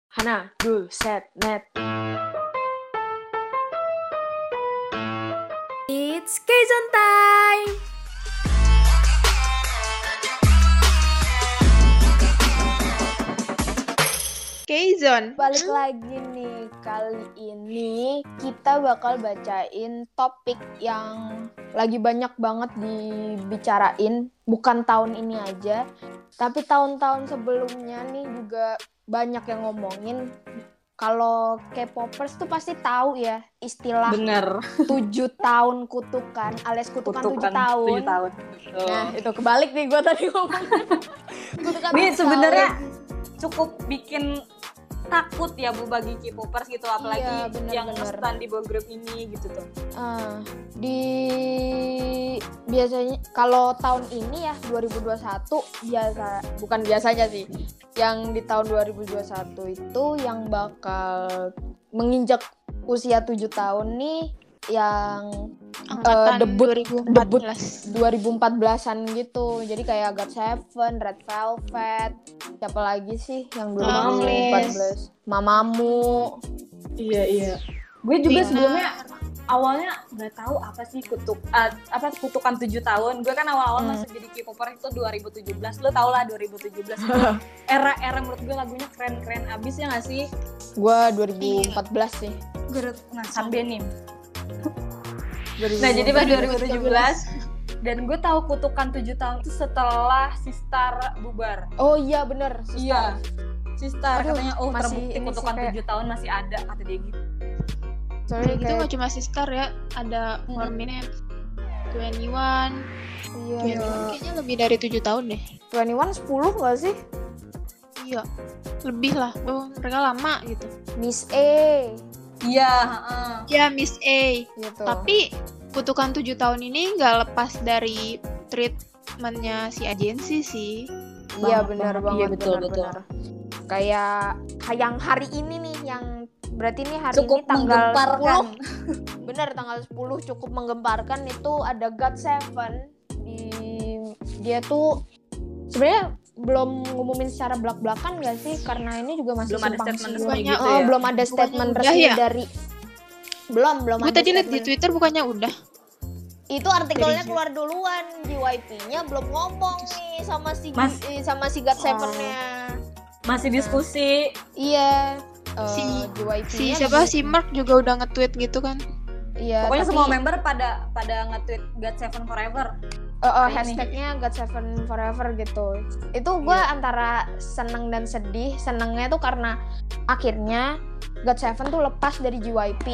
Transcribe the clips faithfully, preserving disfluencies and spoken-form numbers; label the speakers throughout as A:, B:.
A: Hana, dul, set, net. It's K-Zone time!
B: K-Zone.
A: Balik lagi nih, kali ini kita bakal bacain topik yang lagi banyak banget dibicarain. Bukan tahun ini aja, tapi tahun-tahun sebelumnya nih juga banyak yang ngomongin. Kalau K-popers tuh pasti tahu ya istilah
C: Bener.
A: tujuh tahun kutukan alias kutukan, kutukan tujuh tahun.
C: tujuh tahun. Betul.
A: Nah, itu kebalik nih gue tadi ngomong. Kutukan
C: Ini sebenarnya
A: tahun.
C: cukup bikin takut ya Bu bagi K-popers gitu, apalagi
A: iya, bener,
C: yang
A: bener.
C: stand di boy group ini gitu tuh.
A: Uh, di biasanya kalau tahun ini ya dua ribu dua puluh satu biasa bukan biasanya sih. Yang di tahun dua ribu dua puluh satu itu yang bakal menginjak usia tujuh tahun nih yang
B: Angkatan
A: uh, debut
B: dua ribu empat belas.
A: debut dua ribu empat belasan gitu. Jadi kayak God Seven, Red Velvet, siapa lagi sih yang dua ribu empat belas? Mamamoo.
C: Iya iya. Gue juga
B: Tina.
C: sebelumnya awalnya nggak tahu apa sih kutuk uh, apa kutukan tujuh tahun. Gue kan awal-awal hmm. masuk jadi K-popers itu dua ribu tujuh belas. Lo tau lah dua ribu tujuh belas itu era-era menurut gue lagunya keren-keren abis ya nggak sih?
A: Gue dua ribu empat belas sih.
C: Gue nah Sunbeam. Nah jadi pas dua ribu tujuh belas dan gue tahu kutukan tujuh tahun itu setelah Sistar bubar.
A: Oh iya bener,
C: Sistar. Iya, Sistar. Aduh, katanya oh terbukti kutukan
A: kayak...
C: tujuh tahun masih ada, kata dia gitu.
B: Sorry, itu nggak cuma Sistar ya, ada
A: hmm.
B: Mormine, Twenty One.
A: Iya.
B: Twenty One kayaknya lebih dari tujuh tahun deh.
A: Twenty One sepuluh nggak sih?
B: Iya, lebih lah. Oh, mereka lama gitu.
A: Miss A.
C: Iya, uh.
B: ya Miss A.
A: Gitu.
B: Tapi kutukan tujuh tahun ini nggak lepas dari treatmentnya si agensi sih.
A: Iya benar banget.
C: Iya betul
A: benar,
C: betul.
A: Benar. Kayak yang hari ini nih yang berarti nih hari
C: cukup
A: ini tanggal
C: sepuluh.
A: Bener tanggal sepuluh cukup menggemparkan itu ada God Seven di dia tuh sebenarnya belum ngumumin secara belak-belakan gak sih karena ini juga masih
C: belum ada statement resmi
A: gitu
C: ya.
A: Oh, belum ada statement
B: bukannya
A: resmi
B: ya?
A: dari belum belum
B: Gue tadi lihat di Twitter bukannya udah.
A: Itu artikelnya keluar duluan, J Y P-nya belum ngomong nih sama si
C: Mas,
A: G, sama si God Seven-nya.
C: Masih diskusi.
A: Iya. Uh,
B: si
A: J Y P-nya
B: si siapa si Mark juga udah nge-tweet gitu kan.
A: Iya.
C: Pokoknya
A: tapi,
C: semua member pada pada nge-tweet God Seven Forever.
A: Uh, uh, hashtagnya God Seven Forever gitu. Itu gue yeah. antara seneng dan sedih. Senengnya tuh karena akhirnya God Seven tuh lepas dari J Y P.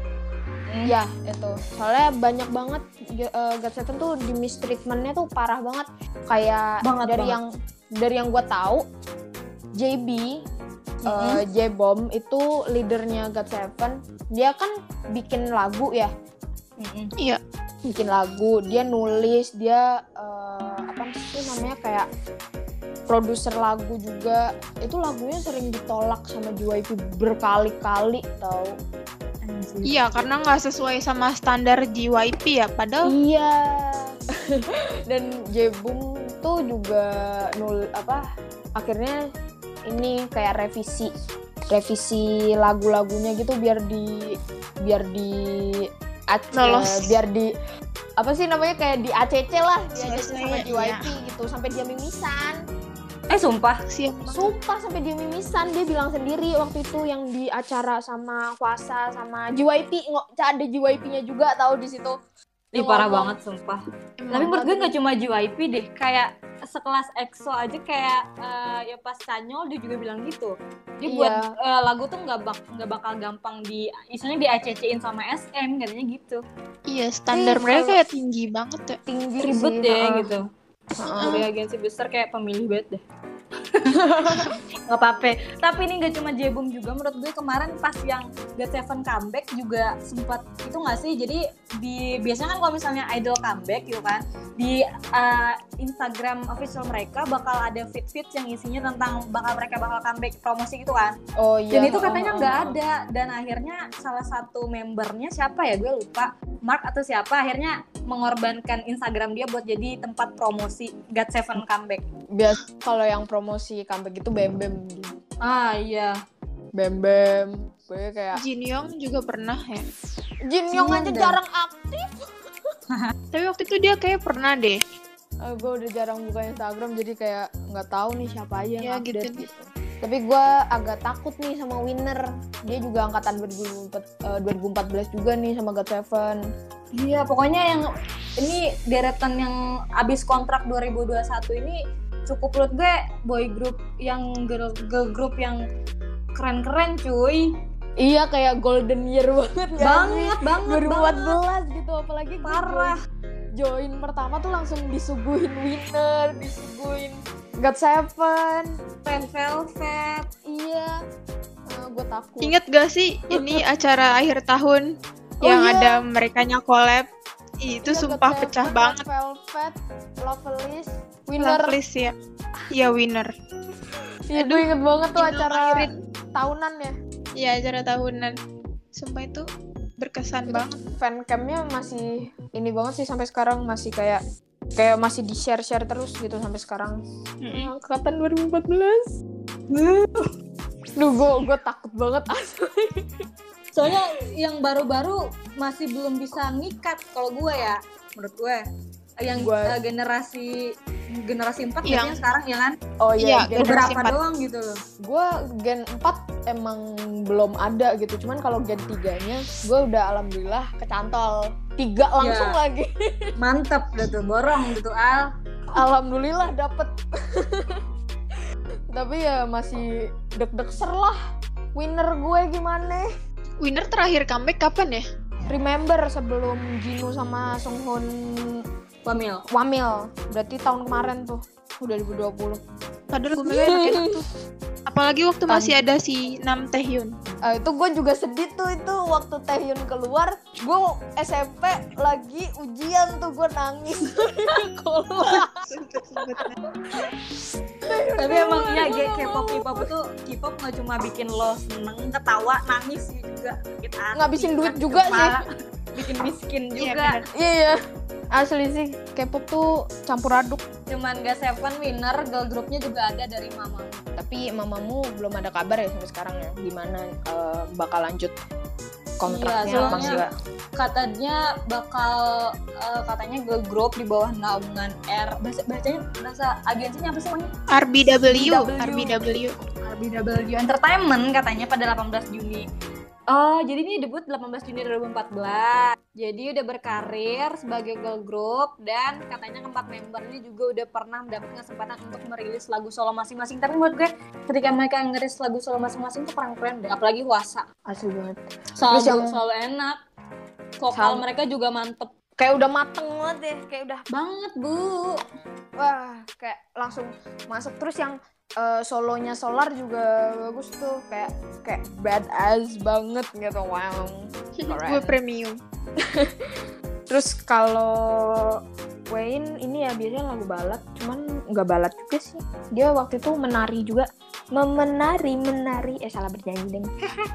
A: Mm. Ya itu. Soalnya banyak banget uh, God Seven tuh di mistreatment-nya tuh parah banget. Kayak
C: banget,
A: dari
C: banget.
A: yang dari yang gue tahu J B mm-hmm. uh, J-Bomb itu leadernya God Seven. Dia kan bikin lagu ya.
B: Mm-hmm. Iya.
A: Bikin lagu, dia nulis, dia uh, apa sih namanya kayak produser lagu juga. Itu lagunya sering ditolak sama J Y P berkali-kali tau.
B: Iya, karena nggak sesuai sama standar J Y P ya, padahal.
A: Iya. Dan J-Boom tuh juga nul apa? Akhirnya ini kayak revisi, revisi lagu-lagunya gitu biar di biar di
B: Lolos.
A: biar di apa sih namanya kayak di A C C lah di A C C sama J Y P
B: iya.
A: gitu sampai dia mimisan.
C: Eh sumpah,
B: siapa?
A: Sumpah sampai dia mimisan, dia bilang sendiri waktu itu yang di acara sama Fasa sama J Y P, nggak ada J Y P-nya juga tahu di situ.
C: Ih parah banget sumpah.
B: Emang
C: Tapi menurut gue nggak cuma J Y P deh, kayak sekelas EXO aja kayak uh, ya pas Chanyeol dia juga bilang gitu. Dia
A: iya.
C: buat uh, lagu tuh nggak bak nggak bakal gampang di, istilahnya di A C C-in sama S M katanya gitu.
B: Iya standar
A: Ih,
B: mereka kayak tinggi banget ya.
A: Tinggi
C: ribet
A: sih,
C: deh
A: uh.
C: gitu. Uh. Dari agensi besar kayak pemilih banget deh. Nggak apa-apa. Tapi ini nggak cuma J-Boom juga, menurut gue kemarin pas yang God Seven comeback juga sempat itu nggak sih? Jadi di biasanya kan kalau misalnya idol comeback gitu kan, di uh, Instagram official mereka bakal ada feed-feed yang isinya tentang bakal mereka bakal comeback promosi gitu kan.
A: Oh iya.
C: Dan itu katanya nggak
A: oh, oh, oh.
C: ada, dan akhirnya salah satu membernya siapa ya gue lupa, Mark atau siapa, akhirnya mengorbankan Instagram dia buat jadi tempat promosi God Seven comeback.
A: Biasa kalau yang promosi comeback itu Bem Bem.
C: Ah iya.
A: Bam Bam. Pokoknya kayak
B: Jin Young juga pernah ya.
A: Jin Young aja
C: Iya,
A: jarang aktif.
B: Tapi waktu itu dia kayak pernah deh.
A: Uh, gue udah jarang buka Instagram jadi kayak nggak tahu nih siapa aja yang
B: Ya,
A: update
B: gitu.
A: gitu. Tapi gue agak takut nih sama Winner. Dia juga angkatan dua ribu empat, uh, dua ribu empat belas juga nih sama God Seven.
C: Iya, pokoknya yang ini deretan yang abis kontrak dua ribu dua puluh satu ini cukup menurut gue boy group yang girl, girl group yang keren-keren cuy.
A: Iya kayak golden year banget ya.
C: Banget, banget,
A: dua ribu empat belas
C: banget.
A: gitu apalagi gue
C: Parah.
A: join, join pertama tuh langsung disuguhin Winner, disuguhin God Seven.
C: Red Velvet.
A: Iya. Uh, gue takut.
B: Ingat gak sih ini acara akhir tahun
A: Oh,
B: yang
A: iya.
B: ada merekanya collab? Itu
A: Iya,
B: sumpah
A: God
B: pecah
A: Seven,
B: banget.
A: Red Velvet, Loveless, Winner.
B: Loveless ya. Iya, Winner.
A: Iya, gue inget banget tuh
B: Ini
A: acara
B: ngakhirin.
A: tahunan ya.
B: Iya, acara tahunan. Sumpah itu berkesan
A: Itu
B: banget.
A: fancamnya masih ini banget sih sampai sekarang, masih kayak kayak masih di share share terus gitu sampai sekarang.
B: Mm-mm.
A: Angkatan dua ribu empat belas. Duh, gue gue takut banget asli.
C: Soalnya yang baru-baru masih belum bisa ngikat kalau gue ya, menurut gue. Yang
A: Gua-
C: uh, generasi generasi empat
B: Yang-
C: biasanya sekarang ya kan.
A: Oh
B: Iya,
A: iya,
B: generasi
C: Beberapa
B: empat.
C: doang gitu loh.
A: gue gen empat emang belum ada gitu. Cuman kalau gen tiga-nya gue udah alhamdulillah kecantol. Tiga langsung
C: Ya.
A: lagi.
C: Mantep dah tuh, borong gitu Al.
A: Alhamdulillah dapet. Tapi ya masih deg-deg ser lah. Winner gue gimana?
B: Winner terakhir comeback kapan ya?
A: Remember sebelum Jinu sama Sunghoon
C: Wamil.
A: wamil. Berarti tahun kemarin tuh. dua ribu dua puluh.
B: Padahal gue mikir enak-enak tuh. Apalagi waktu masih ada si Nam Taehyun.
A: Uh, itu gue juga sedih tuh itu waktu Taehyun keluar. Gue S M P lagi ujian tuh, gue nangis. Keluar.
C: Tapi emang iya G- K-pop K-pop itu K-pop nggak cuma bikin lo seneng, ketawa, nangis juga, sakit hati,
A: Ngabisin duit
C: sakit
A: juga
C: kepala, bikin miskin
B: Iya,
C: juga.
B: bener.
A: Iya. Asli sih K-pop tuh campur aduk.
C: Cuman gak Seven Winner, girl groupnya juga ada dari Mama.
A: Tapi mamamu belum ada kabar ya sampai sekarang ya. Gimana uh, bakal lanjut kontraknya
C: Iya,
A: apa
C: soalnya-
A: enggak?
C: Katanya bakal uh, katanya girl group di bawah naungan R. Bahasa bacanya bahasa agensinya apa sih namanya?
B: R B W.
C: R B W.
B: R B W.
C: R B W Entertainment katanya pada delapan belas Juni. Oh, jadi ini debut delapan belas Juni dua ribu empat belas. Jadi udah berkarir sebagai girl group dan katanya keempat membernya juga udah pernah mendapat kesempatan untuk merilis lagu solo masing-masing. Tapi menurut gue ketika mereka ngerilis lagu solo masing-masing tuh keren-keren deh, apalagi Wasa.
A: Asli banget.
C: Selalu
A: Terus yang-
C: selalu enak. Vokal
A: Sama-
C: mereka juga mantep
A: Kayak udah mateng banget deh, kayak udah
C: banget, Bu.
A: wah, kayak langsung masuk. Terus yang uh, solonya Solar juga bagus tuh, kayak kayak badass banget gitu. Wow. Keren.
B: Gue premium.
A: Terus kalau Wayne ini ya biasanya lagu balad, cuman nggak balad juga sih. Dia waktu itu menari juga, memenari menari. Eh salah bernyanyi deng.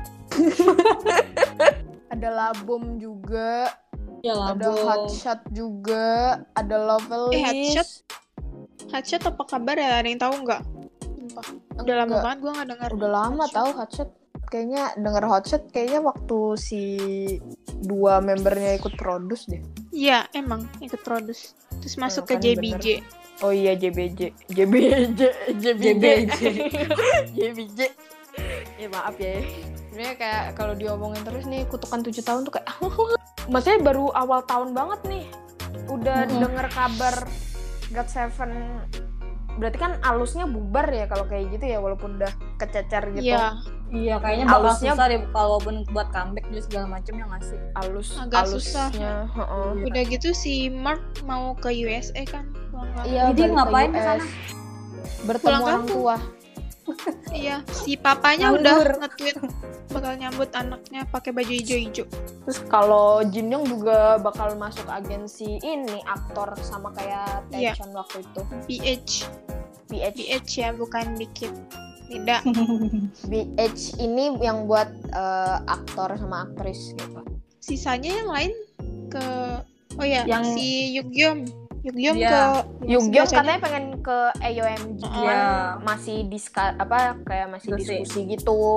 A: Ada Labom juga,
C: Ya lah,
A: ada Hotshot juga, ada Loveless.
B: Eh, Hotshot? Hotshot apa kabar ya? Ada yang tahu nggak? Sumpah. Udah lama
A: Enggak.
B: banget gue nggak dengar.
A: Udah lama tahu Hotshot. Kayaknya denger Hotshot kayaknya waktu si dua membernya ikut produce deh.
B: Iya, emang ikut produce. Terus masuk
A: kan
B: ke J B J.
A: Oh iya J B J, J B J, J B J, J B J. Ya maaf ya. Sebenarnya kayak kalau diomongin terus nih kutukan tujuh tahun tuh kayak, maksudnya baru awal tahun banget nih, udah
C: Mm-mm.
A: denger kabar God Seven. Berarti kan alusnya bubar ya kalau kayak gitu ya, walaupun udah kececer gitu.
B: Iya,
C: Iya, kayaknya bakal
A: Alusnya-
C: susah deh kalaupun buat comeback dan segala macam ya nggak sih?
A: Alus,
B: Agak susah.
A: alusnya. heeh.
B: udah gitu si Mark mau ke U S A kan? Pulang kampung.
A: Iya,
C: Jadi
A: balik ke
C: ngapain
A: U S.
C: ke sana?
A: Bertemu
B: Pulang
A: orang
B: kampung.
A: tua.
B: Iya, si papanya
C: Nganggur.
B: udah nge-tweet bakal nyambut anaknya pakai baju hijau-hijau.
A: Terus kalau Jin Young juga bakal masuk agensi ini, aktor sama kayak
B: Iya.
A: Taechan waktu itu.
B: B H,
A: B H.
B: B H ya, bukan Bikit. Beda.
A: B H ini yang buat eh, aktor sama aktris gitu.
B: Sisanya yang lain ke oh ya,
C: Yang-
B: si Yugyeom. Yugyeom
C: Iya.
B: ke
A: Yugyeom
B: biasanya-
A: katanya pengen ke A O M G, cuman
C: Iya.
A: masih diska apa kayak masih
C: Diskusi.
A: diskusi gitu.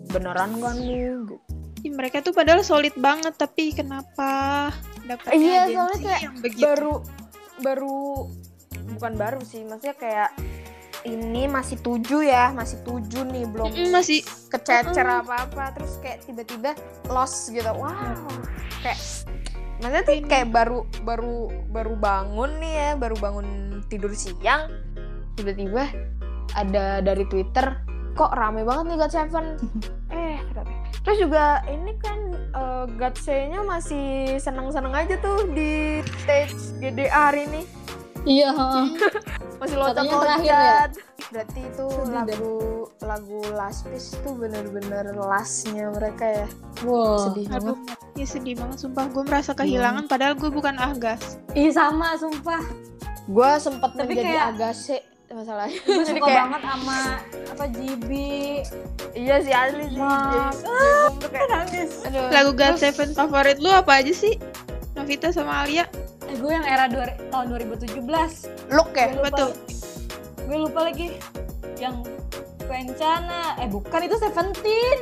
A: beneran kan nih?
B: Ih, mereka tuh padahal solid banget, tapi kenapa dapatnya
A: Iya,
B: agensi
A: soalnya kayak
B: yang begitu?
A: baru baru bukan baru sih, maksudnya kayak ini masih tujuh ya, masih tujuh nih, belum
B: Mm-mm, masih
A: kececer
B: uh-uh.
A: apa-apa, terus kayak tiba-tiba lost gitu. Wow. Kayak maksudnya tuh kayak baru baru baru bangun nih ya, baru bangun tidur siang, tiba-tiba ada dari Twitter, kok rame banget nih God Seven. eh terus juga ini kan uh, God Say-nya masih seneng-seneng aja tuh di stage G D A hari ini.
C: Iya, heeh.
A: Masih
C: Katanya terakhir ya?
A: loncat-loncat. Berarti itu
C: Sedih
A: lagu lagu Last Piece tuh bener-bener lastnya mereka ya.
C: Wow.
A: Sedih
B: Aduh,
A: banget.
B: ya sedih banget sumpah. Gue merasa kehilangan padahal gue bukan Ahgas.
C: Ih, sama sumpah.
A: Gue sempet
C: Tapi
A: menjadi
C: kayak-
A: Agase masalahnya.
C: Gue
A: Jadi
C: suka
A: kayak
C: banget sama apa G B.
A: iya sih asli sih.
C: Mak.
A: Jadi, Jebom tuh kayak
C: Nangis.
A: aduh.
B: Lagu God
A: Terus-
B: Seven favorit lu apa aja sih? Novita sama Alia?
C: Eh, gue yang era dua, tahun dua ribu tujuh belas.
A: Look ya.
B: Apa tuh?
C: Gue lupa lagi. Yang Kencana. Eh, bukan, itu Seventeen.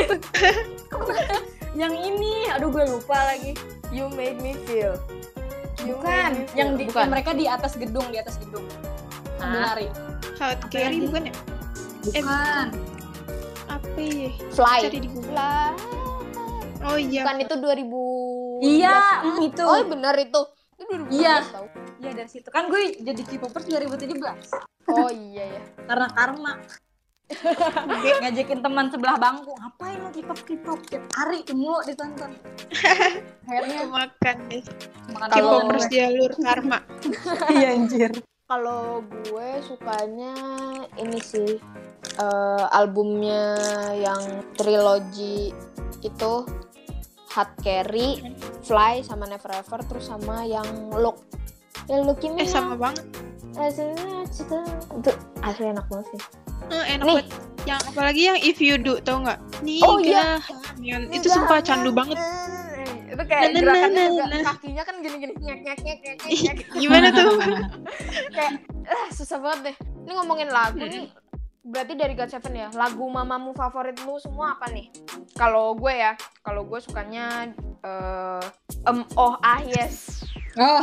C: Yang ini, aduh gue lupa lagi.
A: You made me feel. You
C: Bukan,
A: made me feel.
C: yang, di,
A: bukan.
C: yang mereka di atas gedung, di atas gedung. Sambil
B: Ah.
C: lari.
B: How to Carry
C: lagi?
B: bukan ya? Eh,
C: Bukan.
B: Apa ya?
A: Fly.
B: Cari di Google.
A: Fly.
B: Oh iya.
A: Bukan itu dua ribu
C: Iya, mm, itu.
A: Oh benar itu. Itu dua ribu
C: Iya.
A: tau.
C: Iya, dari situ. Kan gue jadi K-popers dua ribu tujuh belas.
A: Oh iya ya.
C: Karena karma. Ngajakin teman sebelah bangku, ngapain lo K-pop K-pop tiap hari mulu ditonton. Akhirnya
B: Makan deh.
C: makan
A: Kalau-
B: K-popers jalur karma.
C: iya anjir.
A: Kalau gue sukanya ini sih eh, albumnya yang trilogi itu Hot Carry, Fly sama Never Ever, terus sama yang Look. Ya Look ini
B: Eh sama banget.
A: itu asli enak banget sih.
B: Eh, enak
A: Nih.
B: banget. Yang apalagi yang If You Do, tau nggak? Nih,
A: Oh, iya.
B: Yang itu sumpah candu banget.
A: Itu kayak
B: Nah, nah,
A: gerakannya
B: nah,
A: juga
B: nah.
A: kakinya kan gini-gini nyek nyek nyek nyek nyek.
B: Gimana tuh?
A: Kayak ah, susah banget deh. Ini ngomongin lagu nih. Berarti dari God Seven ya. Lagu mamamu favorit lu semua apa nih? Kalau gue ya, kalau gue sukanya eh em oh ah yes.
C: Oh,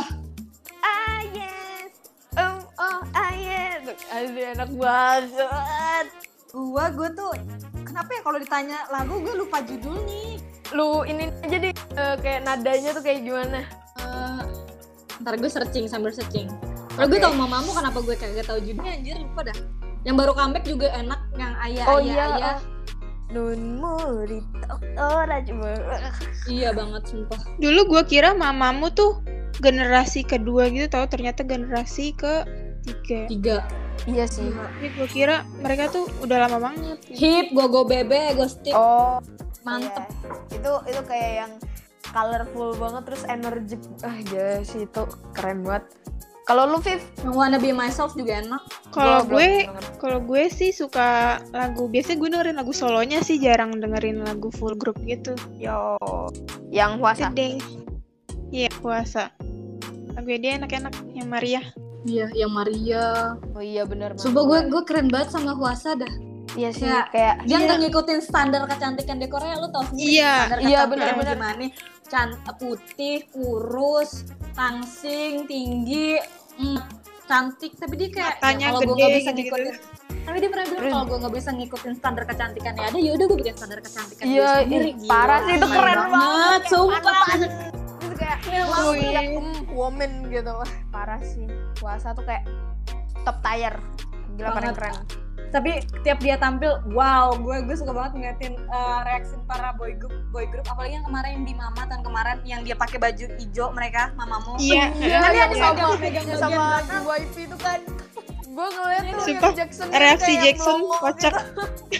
A: Ah yes. Em oh ah yes. Asli enak banget.
C: gua gua tuh kenapa ya kalau ditanya lagu gue lupa judulnya.
A: Lu ini aja deh eh, kayak nadanya tuh kayak gimana?
C: Eh, ntar gue searching sambil searching. Kalau gue
A: Oke.
C: tau mamamu, kenapa gue kagak tahu judulnya anjir, lupa dah. Yang baru comeback juga enak, yang ayah
A: Oh
C: ayah
A: iya.
C: ayah.
A: oh. Nun murito ora cuma.
C: Iya banget sumpah.
B: Dulu gue kira mamamu tuh generasi kedua gitu, tau ternyata generasi ke tiga.
C: Tiga.
A: Iya sih.
B: Tapi gue kira mereka tuh udah lama banget.
C: Hip, go go bebe, go stick.
A: Oh,
C: Mantep.
A: iya. Itu itu kayak yang colorful banget terus energi. Ah, ya sih itu keren banget. Kalau lu Viv,
C: Yang Wanna Be Myself juga enak.
B: Kalau
A: Gua belum
B: gue,
A: denger.
B: kalau gue sih suka lagu. Biasanya gue dengerin lagu solonya sih, jarang dengerin lagu full group gitu.
A: yo yang
B: Itu
A: puasa.
B: deh. Iya puasa. Lagu dia enak-enak, yang Maria.
C: Iya, yang Maria.
A: Oh iya benar.
C: Sumpah gue gue keren banget sama Huasa dah.
A: Iya sih
C: kayak-
A: kayak
C: Dia
B: Iya.
C: nggak ngikutin standar kecantikan di Korea, lu tau sendiri.
B: Iya,
C: standar
A: iya,
C: kecantikan
A: benar-benar.
C: gimana? Can putih, kurus, tangsing, tinggi, mm, cantik. Tapi dia kayak
B: Matanya
C: ya, kalau gue
B: gede
C: nggak bisa
B: gitu-gitu.
C: ngikutin. Tapi dia pernah bilang
A: Terus-
C: kalau gue nggak bisa ngikutin standar kecantikannya ada, ya udah gue bikin standar kecantikan
A: Iya,
C: gue sendiri.
A: ih, parah sih, itu keren banget. Kayak
C: Sumpah.
A: panutan. Itu kayak
C: Emang.
A: kayak mm, woman gitu. Wah, parah sih. Puasa tuh kayak top tier. Gila paling
C: Banget.
A: keren.
C: Tapi tiap dia tampil, wow, gue gue suka banget ngeliatin uh, reaksi para boy group, boy group, apalagi yang kemarin yang di Mama tahun kemarin yang dia pakai baju hijau mereka, mamamu.
B: Iya.
A: Iya,
C: Kan dia
A: yang
C: ada
A: sama,
C: megang- megang
A: yang
C: bagian
A: sama
C: belakang.
A: Y P itu kan. Gue ngeliat tuh
B: Sumpah,
A: yang Jackson
B: reaksi
A: kayak
B: Jackson
A: melongo
B: kocak.
A: gitu.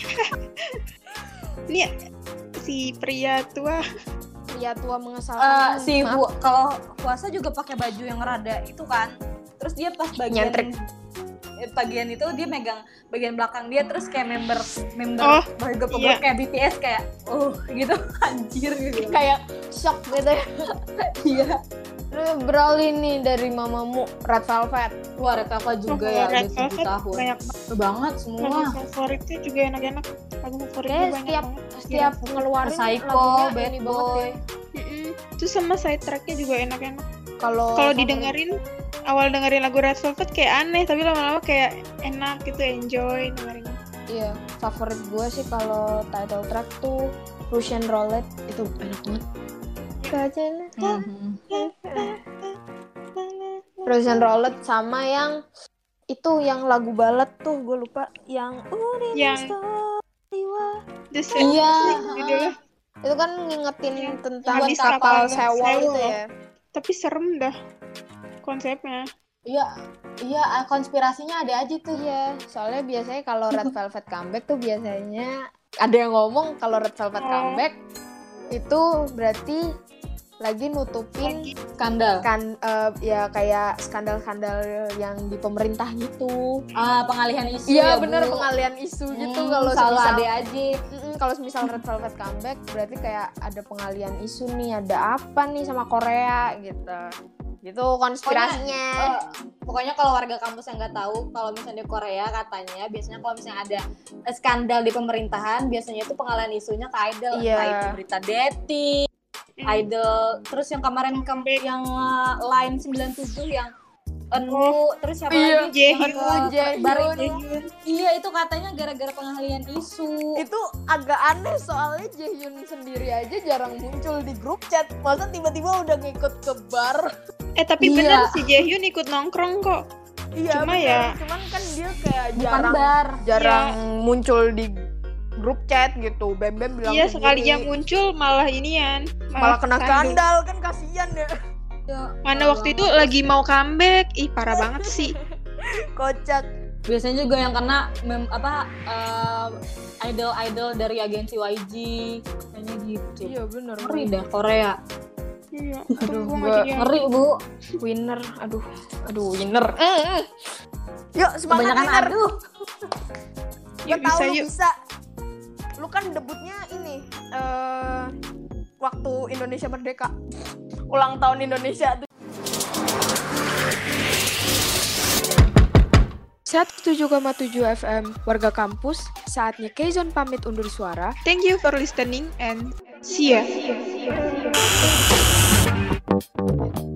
B: Ini si pria tua.
A: Pria tua
C: Eh,
A: mengesalkan.
C: si
A: Maaf.
C: Bu- kalau puasa juga pakai baju yang rada itu kan, terus dia pas bagian
A: Nyentrik.
C: eh, bagian itu dia megang bagian belakang dia, terus kayak member member
B: Oh,
C: boy group
B: iya.
C: kayak B T S kayak uh gitu anjir gitu.
A: kayak shock gitu ya.
C: Iya.
A: Terus beralih nih dari mamamu Red Velvet.
C: Wah, Red Velvet juga
B: Oh,
C: ya,
B: Red
C: udah tujuh
B: Velvet
C: tahun.
B: banyak
C: Banget semua.
B: lagu favoritnya juga enak-enak. Lagu favorit gue
A: Kayak
B: banyak
A: setiap
B: banget.
A: setiap
B: Iya.
A: ngeluarin
C: Psycho,
A: lagunya
C: Bad
A: ini banget
C: Boy.
A: deh.
B: Mm-mm. Terus sama side tracknya juga enak-enak.
A: Kalau
B: Kalau
A: favorit-
B: didengerin awal dengerin lagu Red Velvet kayak aneh, tapi lama-lama kayak enak gitu, enjoy dengerinnya.
A: Iya, favorit gue sih kalau title track tuh Russian Roulette, itu enak banget. Kacanya.
C: Mhm.
A: Russian Roulette sama yang itu yang lagu balad tuh gue lupa yang
B: Yang The Sad
C: Iya,
B: judulnya.
A: itu kan ngingetin
B: Yang
A: tentang
B: habis
A: kapal
B: kapal
A: sewol
B: sewol.
A: itu ya.
B: Tapi serem dah konsepnya.
C: Iya, iya konspirasinya ada aja tuh.
A: Iya, soalnya biasanya kalau Red Velvet comeback tuh biasanya ada yang ngomong kalau Red Velvet
B: Oh.
A: comeback itu berarti lagi nutupin
B: Lagi.
C: Skandal.
A: kan eh, ya kayak skandal-skandal yang di pemerintah gitu.
C: Ah, pengalihan isu
A: Iya
C: ya,
A: bener,
C: Bu.
A: pengalian isu gitu
C: Hmm,
A: kalau
C: selalu
A: semisal
C: ada aja.
A: Mm-mm, kalau misal Red Velvet comeback berarti kayak ada pengalian isu nih, ada apa nih sama Korea gitu. Gitu konspirasinya.
C: Eh, pokoknya kalau warga kampus yang nggak tahu, kalau misalnya di Korea katanya biasanya kalau misalnya ada eh, skandal di pemerintahan, biasanya itu pengalihan isunya ke idol,
A: Iya.
C: entah itu berita dating, idol, terus yang kemarin ke- yang uh, line sembilan puluh tujuh yang Enu, terus siapa
A: Iya,
C: lagi? Yang
B: Jaehyun,
C: ke-
A: Jaehyun.
C: Baru itu. Iya, itu katanya gara-gara pengalihan isu.
A: Itu agak aneh soalnya Jaehyun sendiri aja jarang muncul di grup chat. Masa tiba-tiba udah ngikut ke bar.
B: Eh tapi
C: Iya.
B: bener si Jaehyun ikut nongkrong kok.
A: Iya,
B: Cuma
A: bener.
B: ya
A: Cuman kan dia kayak
C: Bukan
A: jarang
C: bar.
A: jarang muncul di grup chat gitu. Bem Bem bilang
B: Iya
A: sendiri.
B: sekalinya muncul malah inian.
A: malah kena
B: skandal.
A: skandal kan, kasihan ya.
C: Ya,
B: Mana waktu itu lagi mau comeback. Ih parah banget sih.
A: Kocak.
C: biasanya juga yang kena mem, apa uh, idol-idol dari agensi Y G kayaknya gitu.
A: Iya bener.
C: Ngeri dah Korea.
B: Iya.
A: Aduh,
B: Aduh,
A: gua-
C: Ngeri, Bu.
A: Winner. Aduh. Aduh winner. Mm. Yuk semangat
C: Kebanyakan
A: winner.
C: aduh.
A: Gue
B: Yuk,
A: tahu
B: bisa,
A: lu
B: yuk.
A: bisa. Lu kan debutnya ini eh waktu Indonesia Merdeka. Ulang tahun Indonesia tuh. seratus tujuh koma tujuh F M Warga Kampus, saatnya Keizon pamit undur suara.
B: Thank you for listening and see ya.